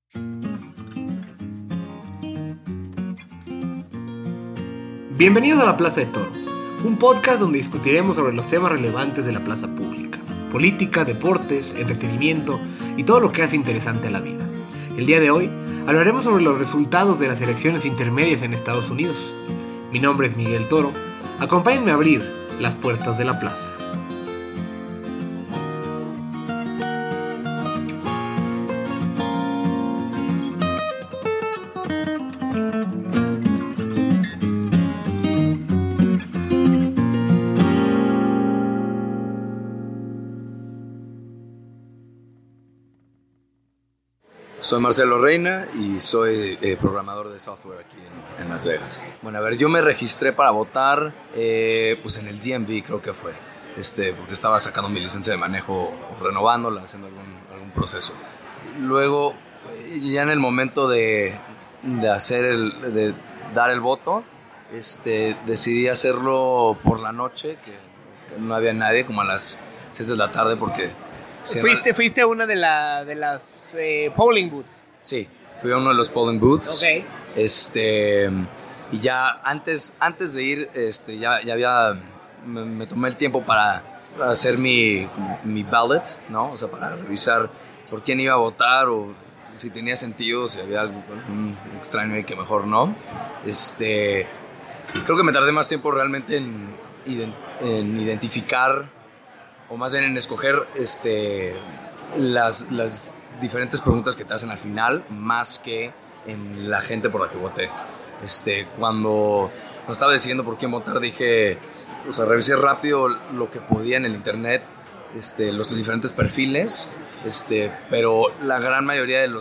Bienvenidos a La Plaza de Toro, un podcast donde discutiremos sobre los temas relevantes de la plaza pública, política, deportes, entretenimiento y todo lo que hace interesante a la vida. El día de hoy hablaremos sobre los resultados de las elecciones intermedias en Estados Unidos. Mi nombre es Miguel Toro, acompáñenme a abrir las puertas de la plaza. Soy Marcelo Reina y soy programador de software aquí en Las Vegas. Bueno, a ver, yo me registré para votar pues en el DMV, creo que fue, porque estaba sacando mi licencia de manejo, renovándola, haciendo algún proceso. Luego, ya en el momento de dar el voto, decidí hacerlo por la noche, que no había nadie, como a las 6 de la tarde, porque... Fuiste a una de las polling booths. Sí, fui a uno de los polling booths. Okay. Y ya antes de ir, me tomé el tiempo para hacer mi ballot, ¿no? O sea, para revisar por quién iba a votar o si tenía sentido, si había algún extraño ahí que mejor no. Creo que me tardé más tiempo realmente en identificar, o más bien en escoger las diferentes preguntas que te hacen al final, más que en la gente por la que voté. Cuando estaba decidiendo por quién votar, dije, o sea, revisé rápido lo que podía en el internet, los diferentes perfiles, pero la gran mayoría de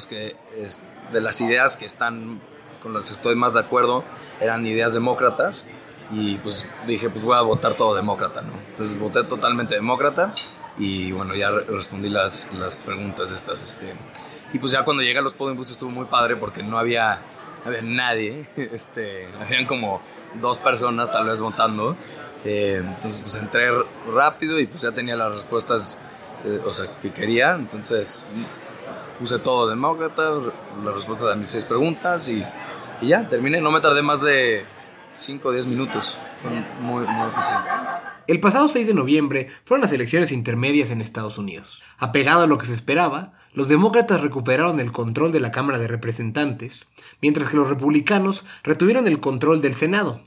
de las ideas que están con las que estoy más de acuerdo eran ideas demócratas. Y pues dije, pues voy a votar todo demócrata, ¿no? Entonces voté totalmente demócrata y bueno, ya respondí las preguntas estas, y pues ya cuando llegué a los polling booths estuvo muy padre porque no había nadie, habían como 2 personas tal vez votando, entonces pues entré rápido y pues ya tenía las respuestas, que quería, entonces puse todo demócrata, las respuestas a mis 6 preguntas y ya, terminé, no me tardé más de 5 o 10 minutos. Fue muy eficiente. El pasado 6 de noviembre fueron las elecciones intermedias en Estados Unidos. Apegado a lo que se esperaba, los demócratas recuperaron el control de la Cámara de Representantes, mientras que los republicanos retuvieron el control del Senado.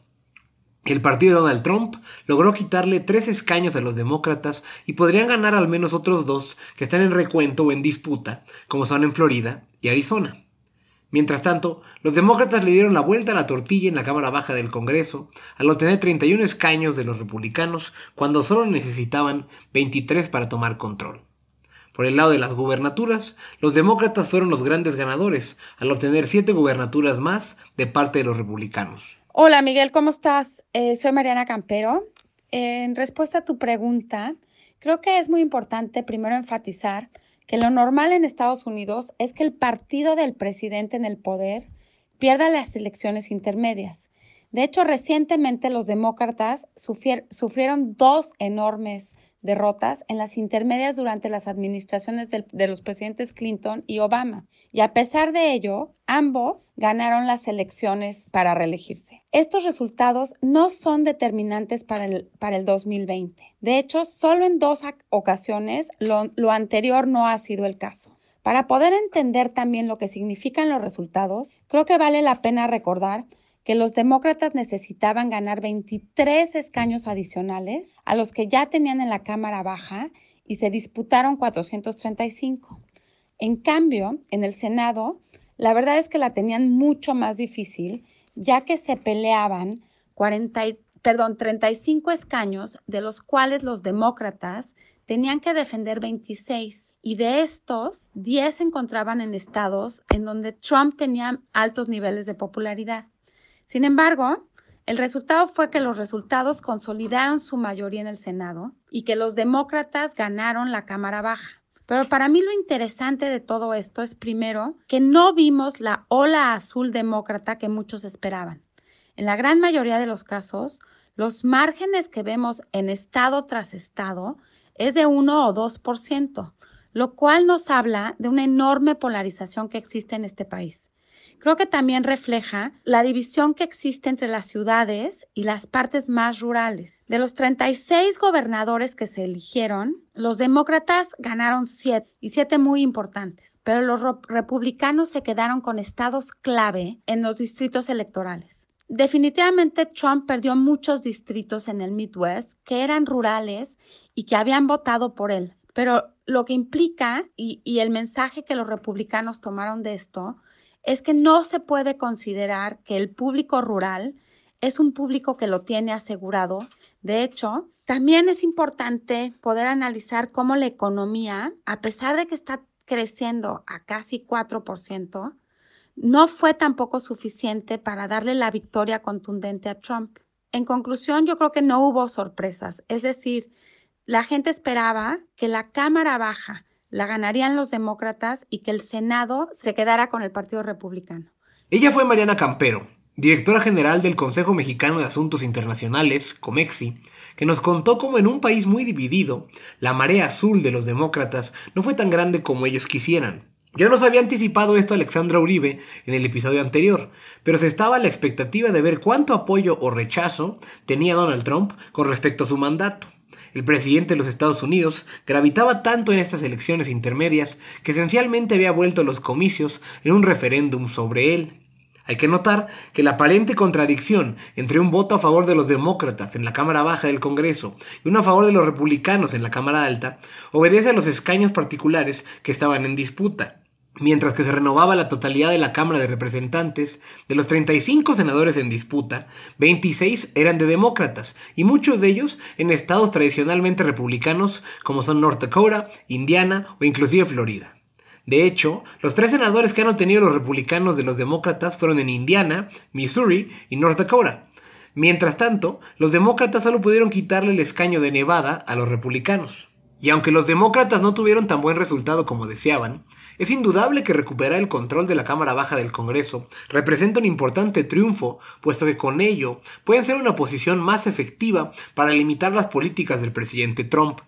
El partido de Donald Trump logró quitarle 3 escaños a los demócratas y podrían ganar al menos otros 2 que están en recuento o en disputa, como son en Florida y Arizona. Mientras tanto, los demócratas le dieron la vuelta a la tortilla en la Cámara Baja del Congreso al obtener 31 escaños de los republicanos cuando solo necesitaban 23 para tomar control. Por el lado de las gubernaturas, los demócratas fueron los grandes ganadores al obtener 7 gubernaturas más de parte de los republicanos. Hola Miguel, ¿cómo estás? Soy Mariana Campero. En respuesta a tu pregunta, creo que es muy importante primero enfatizar que lo normal en Estados Unidos es que el partido del presidente en el poder pierda las elecciones intermedias. De hecho, recientemente los demócratas sufrieron 2 enormes derrotas en las intermedias durante las administraciones de los presidentes Clinton y Obama. Y a pesar de ello, ambos ganaron las elecciones para reelegirse. Estos resultados no son determinantes para el 2020. De hecho, solo en 2 ocasiones lo anterior no ha sido el caso. Para poder entender también lo que significan los resultados, creo que vale la pena recordar que los demócratas necesitaban ganar 23 escaños adicionales a los que ya tenían en la Cámara Baja y se disputaron 435. En cambio, en el Senado, la verdad es que la tenían mucho más difícil, ya que se peleaban 35 escaños, de los cuales los demócratas tenían que defender 26. Y de estos, 10 se encontraban en estados en donde Trump tenía altos niveles de popularidad. Sin embargo, el resultado fue que los resultados consolidaron su mayoría en el Senado y que los demócratas ganaron la Cámara Baja. Pero para mí lo interesante de todo esto es, primero, que no vimos la ola azul demócrata que muchos esperaban. En la gran mayoría de los casos, los márgenes que vemos en estado tras estado es de 1 o 2%, lo cual nos habla de una enorme polarización que existe en este país. Creo que también refleja la división que existe entre las ciudades y las partes más rurales. De los 36 gobernadores que se eligieron, los demócratas ganaron 7, y 7 muy importantes, pero los republicanos se quedaron con estados clave en los distritos electorales. Definitivamente Trump perdió muchos distritos en el Midwest que eran rurales y que habían votado por él, pero lo que implica y el mensaje que los republicanos tomaron de esto es que no se puede considerar que el público rural es un público que lo tiene asegurado. De hecho, también es importante poder analizar cómo la economía, a pesar de que está creciendo a casi 4%, no fue tampoco suficiente para darle la victoria contundente a Trump. En conclusión, yo creo que no hubo sorpresas. Es decir, la gente esperaba que la Cámara Baja la ganarían los demócratas y que el Senado se quedara con el Partido Republicano. Ella fue Mariana Campero, directora general del Consejo Mexicano de Asuntos Internacionales, COMEXI, que nos contó cómo en un país muy dividido, la marea azul de los demócratas no fue tan grande como ellos quisieran. Ya nos había anticipado esto Alexandra Uribe en el episodio anterior, pero se estaba a la expectativa de ver cuánto apoyo o rechazo tenía Donald Trump con respecto a su mandato. El presidente de los Estados Unidos gravitaba tanto en estas elecciones intermedias que esencialmente había vuelto los comicios en un referéndum sobre él. Hay que notar que la aparente contradicción entre un voto a favor de los demócratas en la Cámara Baja del Congreso y uno a favor de los republicanos en la Cámara Alta obedece a los escaños particulares que estaban en disputa. Mientras que se renovaba la totalidad de la Cámara de Representantes, de los 35 senadores en disputa, 26 eran de demócratas, y muchos de ellos en estados tradicionalmente republicanos como son North Dakota, Indiana o inclusive Florida. De hecho, los 3 senadores que han obtenido los republicanos de los demócratas fueron en Indiana, Missouri y North Dakota. Mientras tanto, los demócratas solo pudieron quitarle el escaño de Nevada a los republicanos. Y aunque los demócratas no tuvieron tan buen resultado como deseaban, es indudable que recuperar el control de la Cámara Baja del Congreso representa un importante triunfo, puesto que con ello pueden ser una posición más efectiva para limitar las políticas del presidente Trump.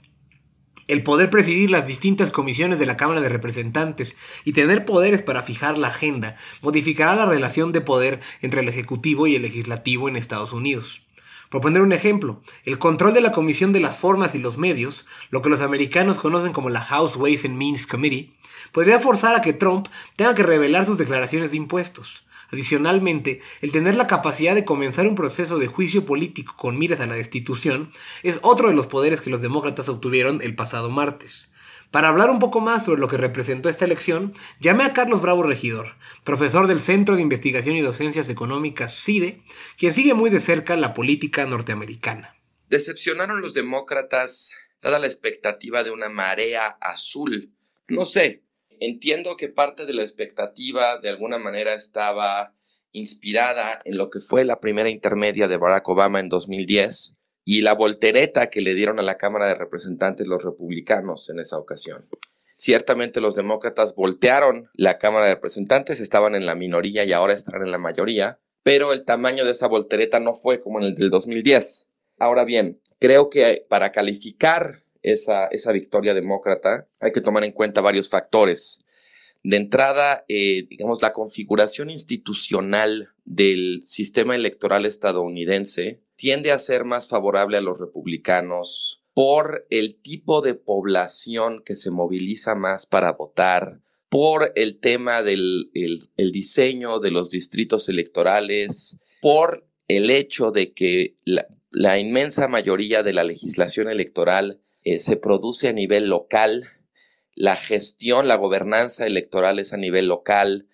El poder presidir las distintas comisiones de la Cámara de Representantes y tener poderes para fijar la agenda modificará la relación de poder entre el Ejecutivo y el Legislativo en Estados Unidos. Por poner un ejemplo, el control de la Comisión de las Formas y los Medios, lo que los americanos conocen como la House Ways and Means Committee, podría forzar a que Trump tenga que revelar sus declaraciones de impuestos. Adicionalmente, el tener la capacidad de comenzar un proceso de juicio político con miras a la destitución es otro de los poderes que los demócratas obtuvieron el pasado martes. Para hablar un poco más sobre lo que representó esta elección, llamé a Carlos Bravo Regidor, profesor del Centro de Investigación y Docencias Económicas CIDE, quien sigue muy de cerca la política norteamericana. Decepcionaron los demócratas dada la expectativa de una marea azul. No sé, entiendo que parte de la expectativa de alguna manera estaba inspirada en lo que fue la primera intermedia de Barack Obama en 2010 y la voltereta que le dieron a la Cámara de Representantes los republicanos en esa ocasión. Ciertamente los demócratas voltearon la Cámara de Representantes, estaban en la minoría y ahora están en la mayoría, pero el tamaño de esa voltereta no fue como en el del 2010. Ahora bien, creo que para calificar esa victoria demócrata hay que tomar en cuenta varios factores. De entrada, la configuración institucional del sistema electoral estadounidense tiende a ser más favorable a los republicanos por el tipo de población que se moviliza más para votar, por el tema del el diseño de los distritos electorales, por el hecho de que la inmensa mayoría de la legislación electoral se produce a nivel local. La gestión, la gobernanza electoral es a nivel local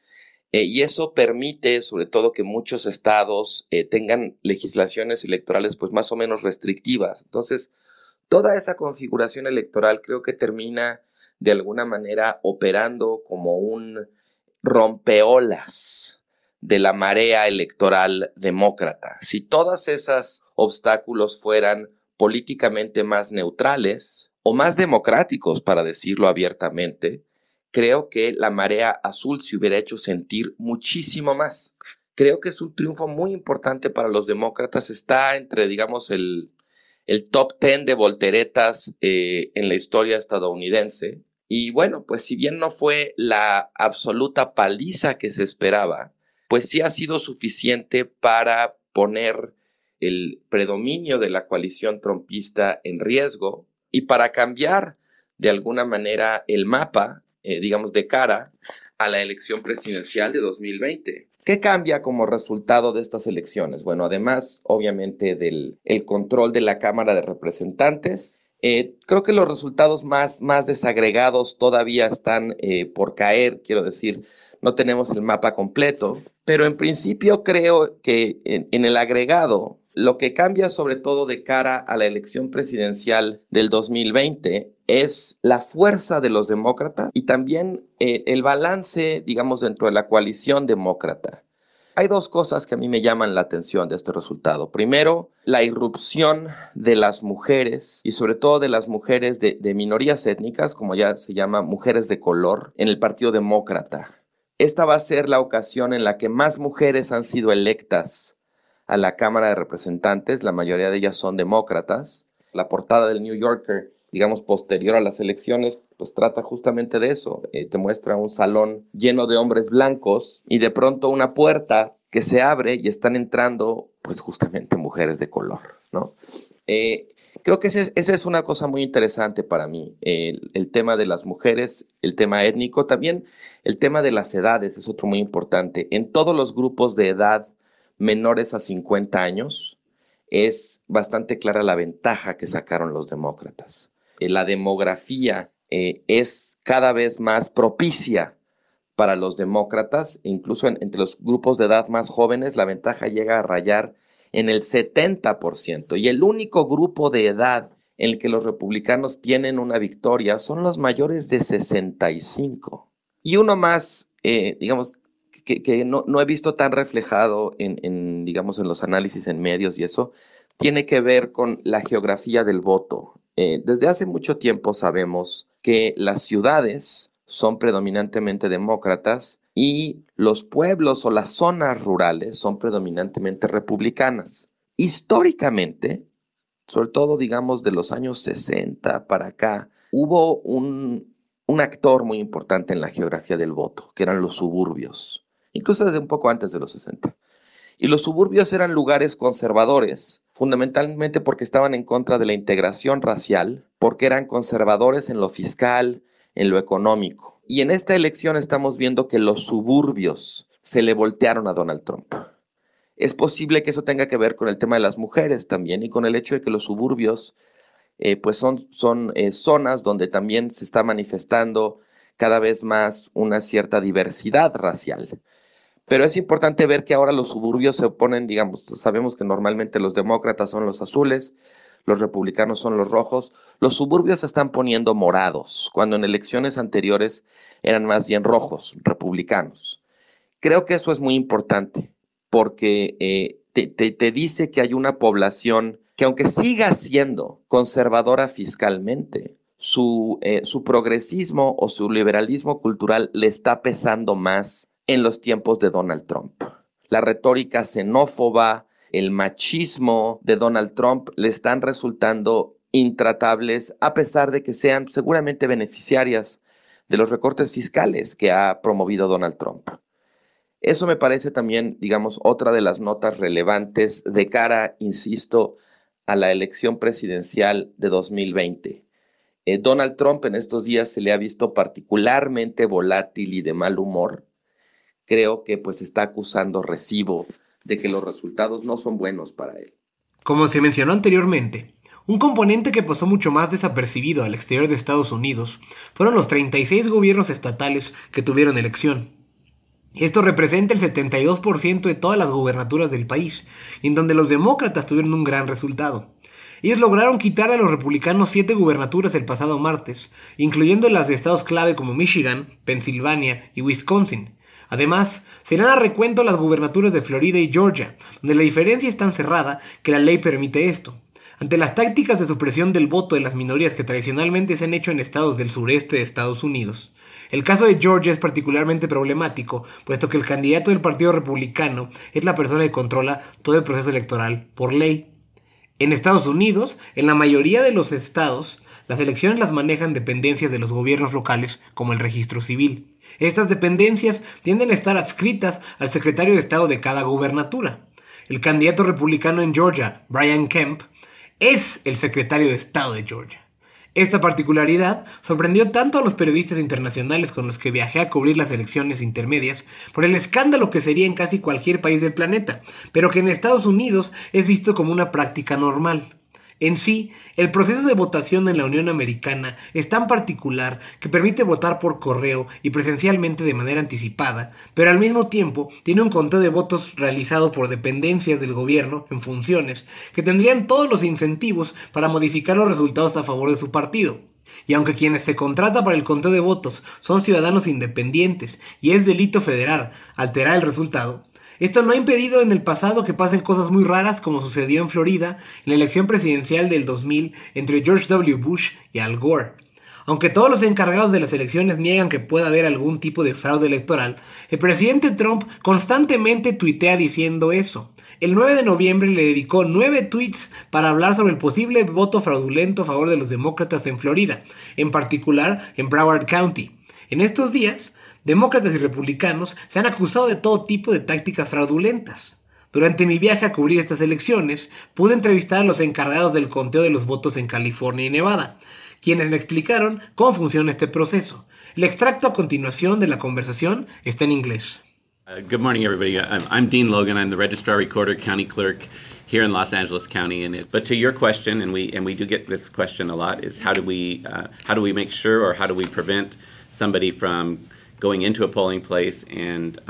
y eso permite sobre todo que muchos estados tengan legislaciones electorales pues más o menos restrictivas. Entonces, toda esa configuración electoral creo que termina de alguna manera operando como un rompeolas de la marea electoral demócrata. Si todos esos obstáculos fueran políticamente más neutrales o más democráticos, para decirlo abiertamente, creo que la marea azul se hubiera hecho sentir muchísimo más. Creo que es un triunfo muy importante para los demócratas. Está entre, digamos, el top 10 de volteretas en la historia estadounidense. Y bueno, pues si bien no fue la absoluta paliza que se esperaba, pues sí ha sido suficiente para poner el predominio de la coalición trumpista en riesgo y para cambiar de alguna manera el mapa, digamos, de cara a la elección presidencial de 2020. ¿Qué cambia como resultado de estas elecciones? Bueno, además, obviamente, del el control de la Cámara de Representantes, creo que los resultados más desagregados todavía están por caer, quiero decir, no tenemos el mapa completo, pero en principio creo que en el agregado, lo que cambia sobre todo de cara a la elección presidencial del 2020 es la fuerza de los demócratas y también el balance, digamos, dentro de la coalición demócrata. Hay dos cosas que a mí me llaman la atención de este resultado. Primero, la irrupción de las mujeres y sobre todo de las mujeres de minorías étnicas, como ya se llama, mujeres de color, en el Partido Demócrata. Esta va a ser la ocasión en la que más mujeres han sido electas a la Cámara de Representantes, la mayoría de ellas son demócratas. La portada del New Yorker, digamos, posterior a las elecciones, pues trata justamente de eso. Te muestra un salón lleno de hombres blancos y de pronto una puerta que se abre y están entrando, pues justamente mujeres de color, ¿no? Creo que esa es una cosa muy interesante para mí, el tema de las mujeres, el tema étnico, también el tema de las edades es otro muy importante. En todos los grupos de edad menores a 50 años, es bastante clara la ventaja que sacaron los demócratas. La demografía es cada vez más propicia para los demócratas, incluso entre los grupos de edad más jóvenes, la ventaja llega a rayar en el 70%. Y el único grupo de edad en el que los republicanos tienen una victoria son los mayores de 65. Y uno más, digamos, que no he visto tan reflejado digamos, en los análisis en medios y eso, tiene que ver con la geografía del voto. Desde hace mucho tiempo sabemos que las ciudades son predominantemente demócratas y los pueblos o las zonas rurales son predominantemente republicanas. Históricamente, sobre todo, digamos, de los años 60 para acá, hubo un actor muy importante en la geografía del voto, que eran los suburbios, incluso desde un poco antes de los 60. Y los suburbios eran lugares conservadores, fundamentalmente porque estaban en contra de la integración racial, porque eran conservadores en lo fiscal, en lo económico. Y en esta elección estamos viendo que los suburbios se le voltearon a Donald Trump. Es posible que eso tenga que ver con el tema de las mujeres también y con el hecho de que los suburbios pues son zonas donde también se está manifestando cada vez más una cierta diversidad racial. Pero es importante ver que ahora los suburbios se oponen, digamos, sabemos que normalmente los demócratas son los azules, los republicanos son los rojos, los suburbios se están poniendo morados, cuando en elecciones anteriores eran más bien rojos, republicanos. Creo que eso es muy importante, porque te dice que hay una población que aunque siga siendo conservadora fiscalmente, su progresismo o su liberalismo cultural le está pesando más en los tiempos de Donald Trump. La retórica xenófoba, el machismo de Donald Trump le están resultando intratables a pesar de que sean seguramente beneficiarias de los recortes fiscales que ha promovido Donald Trump. Eso me parece también, digamos, otra de las notas relevantes de cara, insisto, a la elección presidencial de 2020. Donald Trump en estos días se le ha visto particularmente volátil y de mal humor. Creo que pues está acusando recibo de que los resultados no son buenos para él. Como se mencionó anteriormente, un componente que pasó mucho más desapercibido al exterior de Estados Unidos fueron los 36 gobiernos estatales que tuvieron elección. Esto representa el 72% de todas las gubernaturas del país, en donde los demócratas tuvieron un gran resultado. Ellos lograron quitar a los republicanos 7 gubernaturas el pasado martes, incluyendo las de estados clave como Michigan, Pensilvania y Wisconsin. Además, serán a recuento las gubernaturas de Florida y Georgia, donde la diferencia es tan cerrada que la ley permite esto. Ante las tácticas de supresión del voto de las minorías que tradicionalmente se han hecho en estados del sureste de Estados Unidos, el caso de Georgia es particularmente problemático, puesto que el candidato del Partido Republicano es la persona que controla todo el proceso electoral por ley. En Estados Unidos, en la mayoría de los estados, las elecciones las manejan dependencias de los gobiernos locales como el registro civil. Estas dependencias tienden a estar adscritas al secretario de Estado de cada gubernatura. El candidato republicano en Georgia, Brian Kemp, es el secretario de Estado de Georgia. Esta particularidad sorprendió tanto a los periodistas internacionales con los que viajé a cubrir las elecciones intermedias por el escándalo que sería en casi cualquier país del planeta, pero que en Estados Unidos es visto como una práctica normal. En sí, el proceso de votación en la Unión Americana es tan particular que permite votar por correo y presencialmente de manera anticipada, pero al mismo tiempo tiene un conteo de votos realizado por dependencias del gobierno en funciones que tendrían todos los incentivos para modificar los resultados a favor de su partido. Y aunque quienes se contratan para el conteo de votos son ciudadanos independientes y es delito federal alterar el resultado, esto no ha impedido en el pasado que pasen cosas muy raras como sucedió en Florida en la elección presidencial del 2000 entre George W. Bush y Al Gore. Aunque todos los encargados de las elecciones niegan que pueda haber algún tipo de fraude electoral, el presidente Trump constantemente tuitea diciendo eso. El 9 de noviembre le dedicó 9 tweets para hablar sobre el posible voto fraudulento a favor de los demócratas en Florida, en particular en Broward County. En estos días, demócratas y republicanos se han acusado de todo tipo de tácticas fraudulentas. Durante mi viaje a cubrir estas elecciones, pude entrevistar a los encargados del conteo de los votos en California y Nevada, quienes me explicaron cómo funciona este proceso. El extracto a continuación de la conversación está en inglés. Good morning, everybody. I'm Dean Logan. I'm the Registrar Recorder County Clerk here in Los Angeles County. But to your question, and we do get this question a lot, is how do we make sure, or how do we prevent somebody from going into a polling place and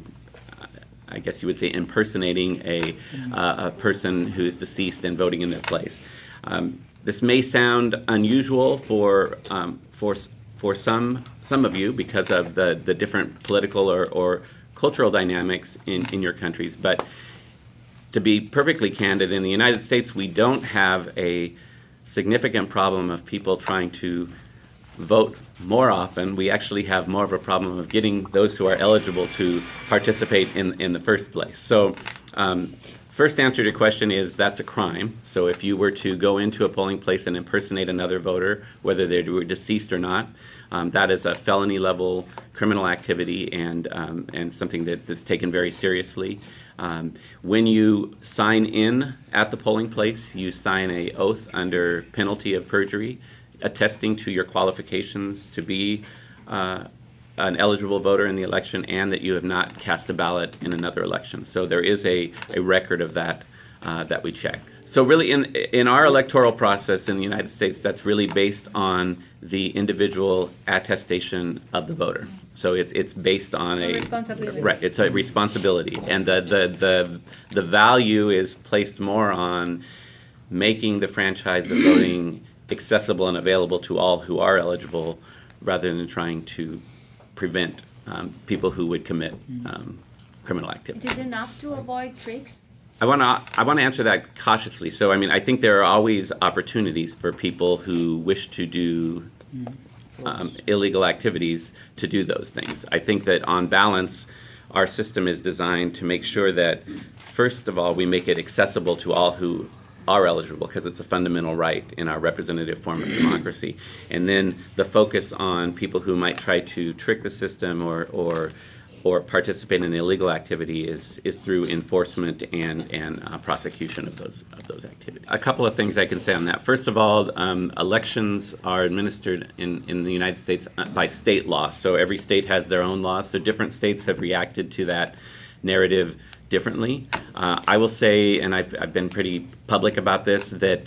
I guess you would say impersonating a person who is deceased and voting in their place. This may sound unusual for some of you because of the different political or cultural dynamics in your countries, but to be perfectly candid, in the United States we don't have a significant problem of people trying to vote more often. We actually have more of a problem of getting those who are eligible to participate in the first place. So first answer to your question is that's a crime. So if you were to go into a polling place and impersonate another voter, whether they were deceased or not, that is a felony level criminal activity and something that is taken very seriously. When you sign in at the polling place, you sign an oath under penalty of perjury, attesting to your qualifications to be an eligible voter in the election and that you have not cast a ballot in another election. So there is a record of that that we check. So really in our electoral process in the United States, that's really based on the individual attestation of the voter. So it's based on a responsibility. Right, it's a responsibility. And the value is placed more on making the franchise of voting accessible and available to all who are eligible, rather than trying to prevent people who would commit criminal activity. It is enough to avoid tricks? I want to answer that cautiously. So, I think there are always opportunities for people who wish to do illegal activities to do those things. I think that on balance, our system is designed to make sure that, first of all, we make it accessible to all who are eligible, because it's a fundamental right in our representative form of democracy. And then the focus on people who might try to trick the system or participate in illegal activity is through enforcement and prosecution of those activities. A couple of things I can say on that. First of all, elections are administered in the United States by state law. So every state has their own laws. So different states have reacted to that narrative differently. I will say, and I've been pretty public about this, that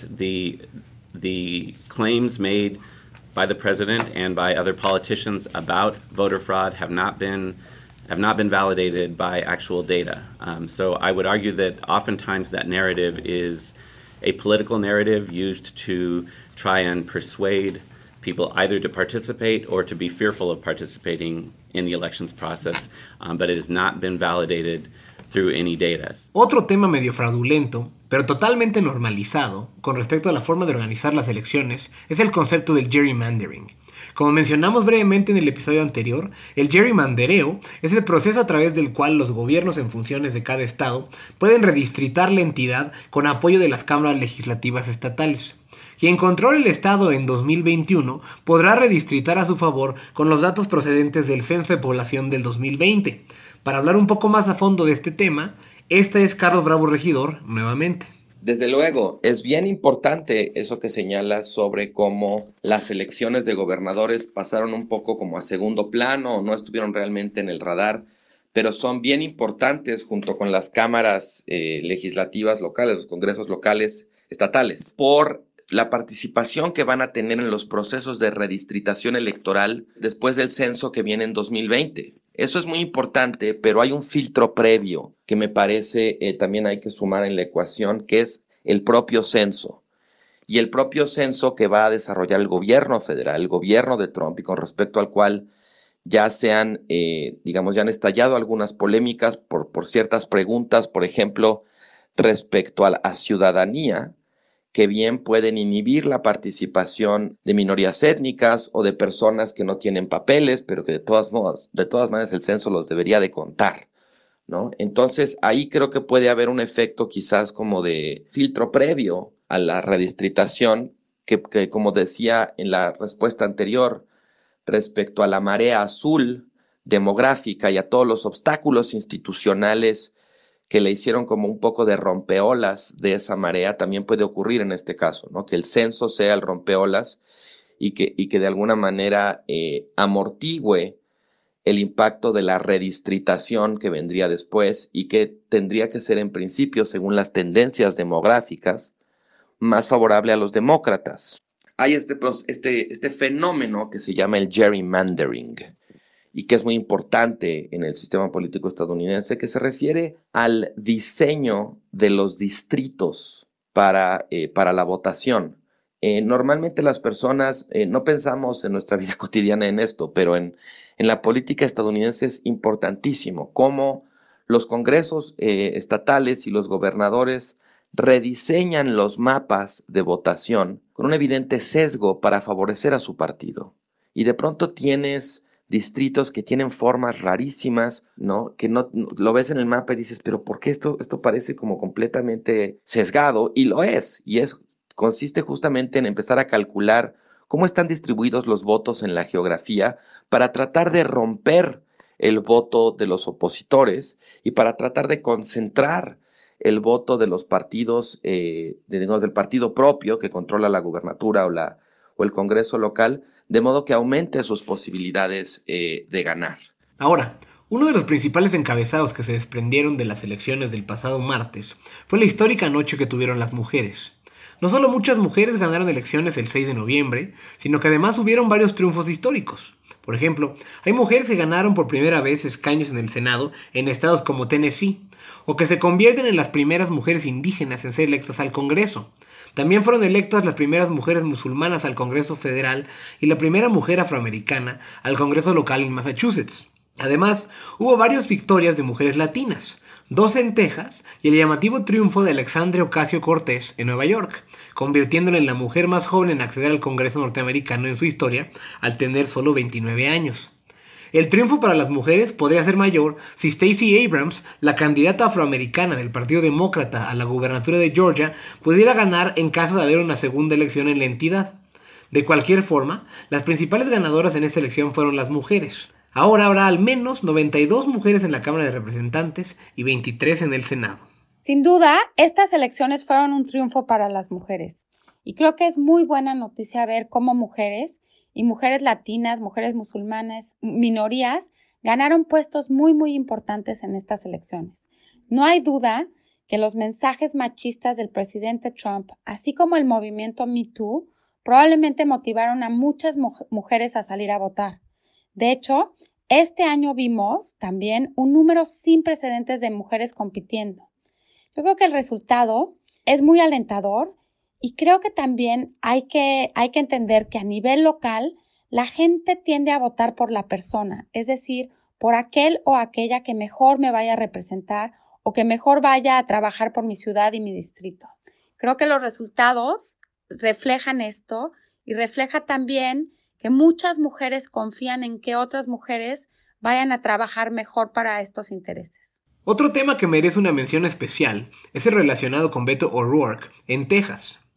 the claims made by the president and by other politicians about voter fraud have not been validated by actual data. So I would argue that oftentimes that narrative is a political narrative used to try and persuade people either to participate or to be fearful of participating in the elections process, but it has not been validated through any data. Otro tema medio fraudulento, pero totalmente normalizado con respecto a la forma de organizar las elecciones, es el concepto del gerrymandering. Como mencionamos brevemente en el episodio anterior, el gerrymandereo es el proceso a través del cual los gobiernos en funciones de cada estado pueden redistritar la entidad con apoyo de las cámaras legislativas estatales. Quien controle el estado en 2021 podrá redistritar a su favor con los datos procedentes del Censo de Población del 2020. Para hablar un poco más a fondo de este tema, este es Carlos Bravo Regidor, nuevamente. Desde luego, es bien importante eso que señalas sobre cómo las elecciones de gobernadores pasaron un poco como a segundo plano o no estuvieron realmente en el radar, pero son bien importantes junto con las cámaras legislativas locales, los congresos locales, estatales, por la participación que van a tener en los procesos de redistritación electoral después del censo que viene en 2020. Eso es muy importante, pero hay un filtro previo que me parece también hay que sumar en la ecuación, que es el propio censo. Y el propio censo que va a desarrollar el gobierno federal, el gobierno de Trump, y con respecto al cual ya ya han estallado algunas polémicas por ciertas preguntas, por ejemplo, respecto a ciudadanía, que bien pueden inhibir la participación de minorías étnicas o de personas que no tienen papeles, pero que de todas maneras el censo los debería de contar, ¿no? Entonces ahí creo que puede haber un efecto quizás como de filtro previo a la redistritación, que como decía en la respuesta anterior, respecto a la marea azul demográfica y a todos los obstáculos institucionales que le hicieron como un poco de rompeolas de esa marea, también puede ocurrir en este caso, ¿no? Que el censo sea el rompeolas y que de alguna manera amortigüe el impacto de la redistritación que vendría después y que tendría que ser en principio, según las tendencias demográficas, más favorable a los demócratas. Hay este fenómeno que se llama el gerrymandering, y que es muy importante en el sistema político estadounidense, que se refiere al diseño de los distritos para la votación. Normalmente las personas no pensamos en nuestra vida cotidiana en esto, pero en la política estadounidense es importantísimo cómo los congresos estatales y los gobernadores rediseñan los mapas de votación con un evidente sesgo para favorecer a su partido. Y de pronto tienes distritos que tienen formas rarísimas, ¿no? Que no lo ves en el mapa y dices, pero ¿por qué esto parece como completamente sesgado? Y lo es, consiste justamente en empezar a calcular cómo están distribuidos los votos en la geografía para tratar de romper el voto de los opositores y para tratar de concentrar el voto de los partidos, del partido propio que controla la gubernatura o el Congreso local, de modo que aumente sus posibilidades de ganar. Ahora, uno de los principales encabezados que se desprendieron de las elecciones del pasado martes fue la histórica noche que tuvieron las mujeres. No solo muchas mujeres ganaron elecciones el 6 de noviembre, sino que además hubieron varios triunfos históricos. Por ejemplo, hay mujeres que ganaron por primera vez escaños en el Senado en estados como Tennessee, o que se convierten en las primeras mujeres indígenas en ser electas al Congreso. También fueron electas las primeras mujeres musulmanas al Congreso Federal y la primera mujer afroamericana al Congreso local en Massachusetts. Además, hubo varias victorias de mujeres latinas, 2 en Texas y el llamativo triunfo de Alexandria Ocasio-Cortez en Nueva York, convirtiéndola en la mujer más joven en acceder al Congreso norteamericano en su historia al tener solo 29 años. El triunfo para las mujeres podría ser mayor si Stacey Abrams, la candidata afroamericana del Partido Demócrata a la gubernatura de Georgia, pudiera ganar en caso de haber una segunda elección en la entidad. De cualquier forma, las principales ganadoras en esta elección fueron las mujeres. Ahora habrá al menos 92 mujeres en la Cámara de Representantes y 23 en el Senado. Sin duda, estas elecciones fueron un triunfo para las mujeres. Y creo que es muy buena noticia ver cómo mujeres y mujeres latinas, mujeres musulmanas, minorías, ganaron puestos muy, muy importantes en estas elecciones. No hay duda que los mensajes machistas del presidente Trump, así como el movimiento Me Too, probablemente motivaron a muchas mujeres a salir a votar. De hecho, este año vimos también un número sin precedentes de mujeres compitiendo. Yo creo que el resultado es muy alentador. Y creo que también hay que entender que a nivel local la gente tiende a votar por la persona, es decir, por aquel o aquella que mejor me vaya a representar o que mejor vaya a trabajar por mi ciudad y mi distrito. Creo que los resultados reflejan esto y refleja también que muchas mujeres confían en que otras mujeres vayan a trabajar mejor para estos intereses. Otro tema que merece una mención especial es el relacionado con Beto O'Rourke en Texas.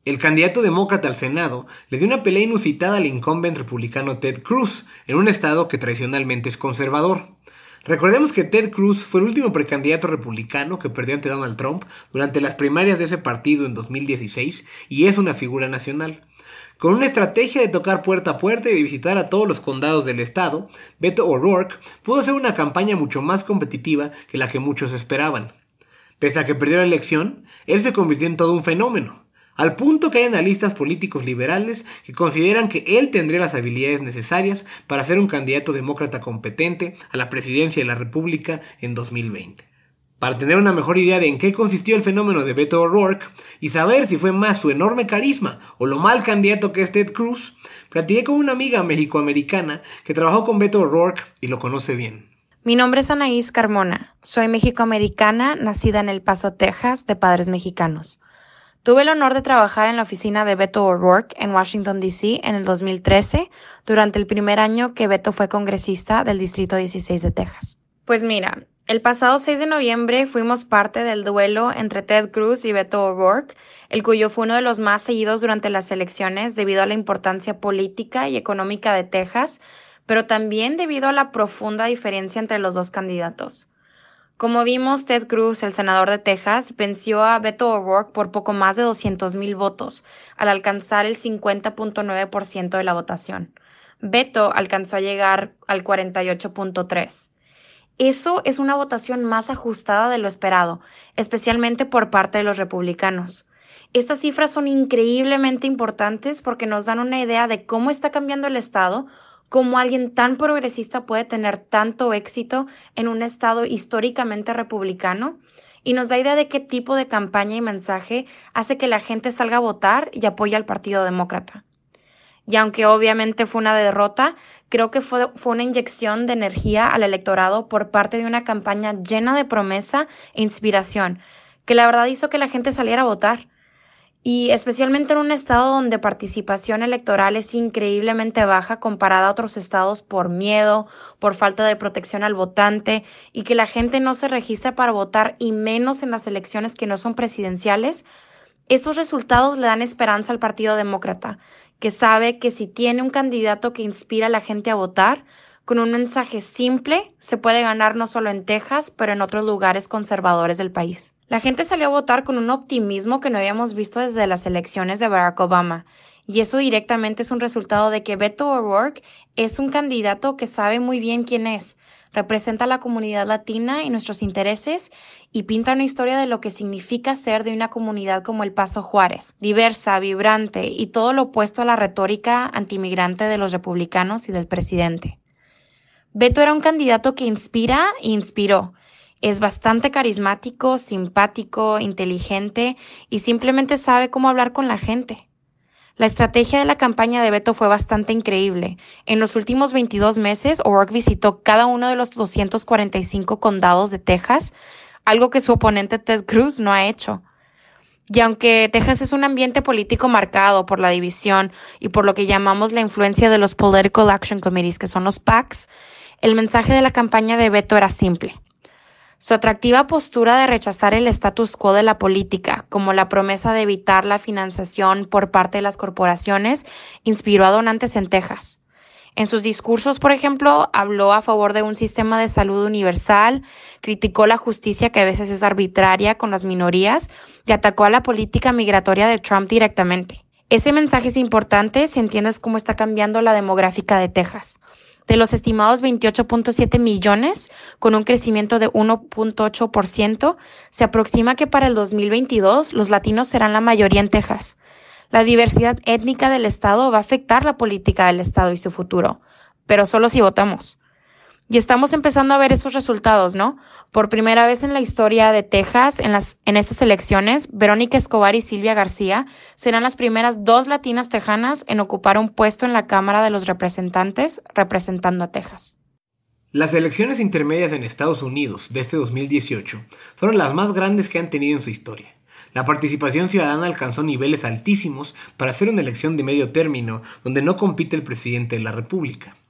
El candidato demócrata al Senado le dio una pelea inusitada al incumbent republicano Ted Cruz, en un estado que tradicionalmente es conservador. Recordemos que Ted Cruz fue el último precandidato republicano que perdió ante Donald Trump durante las primarias de ese partido en 2016 y es una figura nacional. Con una estrategia de tocar puerta a puerta y de visitar a todos los condados del estado, Beto O'Rourke pudo hacer una campaña mucho más competitiva que la que muchos esperaban. Pese a que perdió la elección, él se convirtió en todo un fenómeno, al punto que hay analistas políticos liberales que consideran que él tendría las habilidades necesarias para ser un candidato demócrata competente a la presidencia de la República en 2020. Para tener una mejor idea de en qué consistió el fenómeno de Beto O'Rourke y saber si fue más su enorme carisma o lo mal candidato que es Ted Cruz, platiqué con una amiga mexicoamericana que trabajó con Beto O'Rourke y lo conoce bien. Mi nombre es Anaís Carmona. Soy mexicoamericana, nacida en El Paso, Texas, de padres mexicanos. Tuve el honor de trabajar en la oficina de Beto O'Rourke en Washington, D.C. en el 2013, durante el primer año que Beto fue congresista del Distrito 16 de Texas. Pues mira, el pasado 6 de noviembre fuimos parte del duelo entre Ted Cruz y Beto O'Rourke, el cuyo fue uno de los más seguidos durante las elecciones debido a la importancia política y económica de Texas, pero también debido a la profunda diferencia entre los dos candidatos. Como vimos, Ted Cruz, el senador de Texas, venció a Beto O'Rourke por poco más de 200,000 votos, al alcanzar el 50.9% de la votación. Beto alcanzó a llegar al 48.3%. Eso es una votación más ajustada de lo esperado, especialmente por parte de los republicanos. Estas cifras son increíblemente importantes porque nos dan una idea de cómo está cambiando el estado, cómo alguien tan progresista puede tener tanto éxito en un estado históricamente republicano, y nos da idea de qué tipo de campaña y mensaje hace que la gente salga a votar y apoye al Partido Demócrata. Y aunque obviamente fue una derrota, creo que fue una inyección de energía al electorado por parte de una campaña llena de promesa e inspiración, que la verdad hizo que la gente saliera a votar. Y especialmente en un estado donde participación electoral es increíblemente baja comparada a otros estados por miedo, por falta de protección al votante y que la gente no se registra para votar y menos en las elecciones que no son presidenciales, estos resultados le dan esperanza al Partido Demócrata, que sabe que si tiene un candidato que inspira a la gente a votar, con un mensaje simple se puede ganar no solo en Texas, pero en otros lugares conservadores del país. La gente salió a votar con un optimismo que no habíamos visto desde las elecciones de Barack Obama, y eso directamente es un resultado de que Beto O'Rourke es un candidato que sabe muy bien quién es, representa a la comunidad latina y nuestros intereses y pinta una historia de lo que significa ser de una comunidad como El Paso Juárez, diversa, vibrante y todo lo opuesto a la retórica antimigrante de los republicanos y del presidente. Beto era un candidato que inspira e inspiró. Es bastante carismático, simpático, inteligente y simplemente sabe cómo hablar con la gente. La estrategia de la campaña de Beto fue bastante increíble. En los últimos 22 meses, O'Rourke visitó cada uno de los 245 condados de Texas, algo que su oponente Ted Cruz no ha hecho. Y aunque Texas es un ambiente político marcado por la división y por lo que llamamos la influencia de los Political Action Committees, que son los PACs, el mensaje de la campaña de Beto era simple. Su atractiva postura de rechazar el status quo de la política, como la promesa de evitar la financiación por parte de las corporaciones, inspiró a donantes en Texas. En sus discursos, por ejemplo, habló a favor de un sistema de salud universal, criticó la justicia que a veces es arbitraria con las minorías y atacó a la política migratoria de Trump directamente. Ese mensaje es importante si entiendes cómo está cambiando la demográfica de Texas. De los estimados 28.7 millones, con un crecimiento de 1.8%, se aproxima que para el 2022 los latinos serán la mayoría en Texas. La diversidad étnica del estado va a afectar la política del estado y su futuro, pero solo si votamos. Y estamos empezando a ver esos resultados, ¿no? Por primera vez en la historia de Texas, en estas elecciones, Verónica Escobar y Silvia García serán las primeras 2 latinas tejanas en ocupar un puesto en la Cámara de los Representantes, representando a Texas. Las elecciones intermedias en Estados Unidos de este 2018 fueron las más grandes que han tenido en su historia. La participación ciudadana alcanzó niveles altísimos para ser una elección de medio término donde no compite el presidente de la República.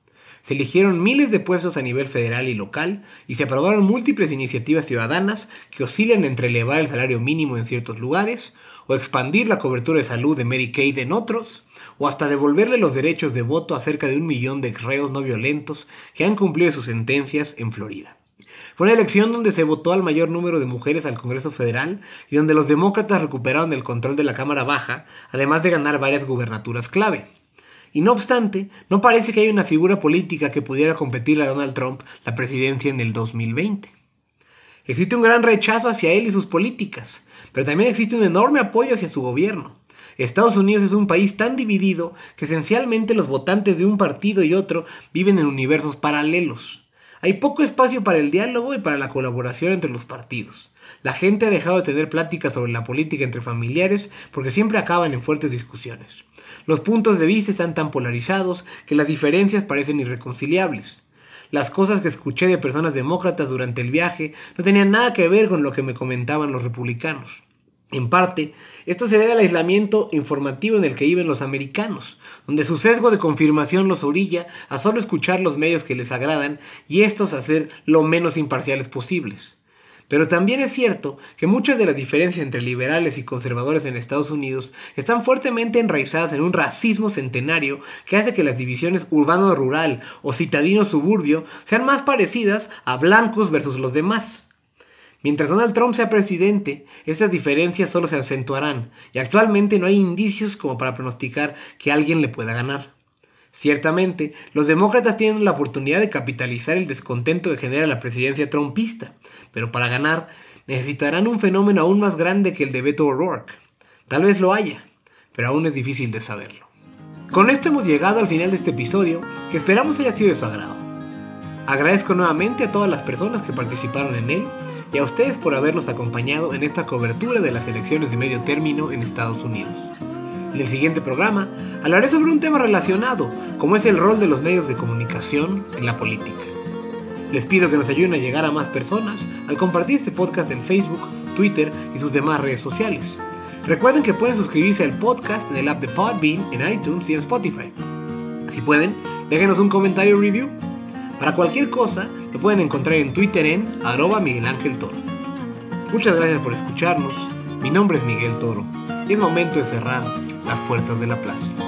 Se eligieron miles de puestos a nivel federal y local y se aprobaron múltiples iniciativas ciudadanas que oscilan entre elevar el salario mínimo en ciertos lugares, o expandir la cobertura de salud de Medicaid en otros, o hasta devolverle los derechos de voto a cerca de 1 millón de reos no violentos que han cumplido sus sentencias en Florida. Fue una elección donde se votó al mayor número de mujeres al Congreso Federal y donde los demócratas recuperaron el control de la Cámara Baja, además de ganar varias gubernaturas clave. Y no obstante, no parece que haya una figura política que pudiera competirle a Donald Trump la presidencia en el 2020. Existe un gran rechazo hacia él y sus políticas, pero también existe un enorme apoyo hacia su gobierno. Estados Unidos es un país tan dividido que esencialmente los votantes de un partido y otro viven en universos paralelos. Hay poco espacio para el diálogo y para la colaboración entre los partidos. La gente ha dejado de tener pláticas sobre la política entre familiares porque siempre acaban en fuertes discusiones. Los puntos de vista están tan polarizados que las diferencias parecen irreconciliables. Las cosas que escuché de personas demócratas durante el viaje no tenían nada que ver con lo que me comentaban los republicanos. En parte, esto se debe al aislamiento informativo en el que viven los americanos, donde su sesgo de confirmación los orilla a solo escuchar los medios que les agradan y estos a ser lo menos imparciales posibles. Pero también es cierto que muchas de las diferencias entre liberales y conservadores en Estados Unidos están fuertemente enraizadas en un racismo centenario que hace que las divisiones urbano-rural o citadino-suburbio sean más parecidas a blancos versus los demás. Mientras Donald Trump sea presidente, estas diferencias solo se acentuarán y actualmente no hay indicios como para pronosticar que alguien le pueda ganar. Ciertamente, los demócratas tienen la oportunidad de capitalizar el descontento que genera la presidencia trumpista, pero para ganar necesitarán un fenómeno aún más grande que el de Beto O'Rourke. Tal vez lo haya, pero aún es difícil de saberlo. Con esto hemos llegado al final de este episodio, que esperamos haya sido de su agrado. Agradezco nuevamente a todas las personas que participaron en él y a ustedes por habernos acompañado en esta cobertura de las elecciones de medio término en Estados Unidos. En el siguiente programa hablaré sobre un tema relacionado, como es el rol de los medios de comunicación en la política. Les pido que nos ayuden a llegar a más personas al compartir este podcast en Facebook, Twitter y sus demás redes sociales. Recuerden que pueden suscribirse al podcast en el app de Podbean, en iTunes y en Spotify. Si pueden, déjenos un comentario o review. Para cualquier cosa, lo pueden encontrar en Twitter en @MiguelAngelToro. Muchas gracias por escucharnos. Mi nombre es Miguel Toro y es momento de cerrar las puertas de la plaza.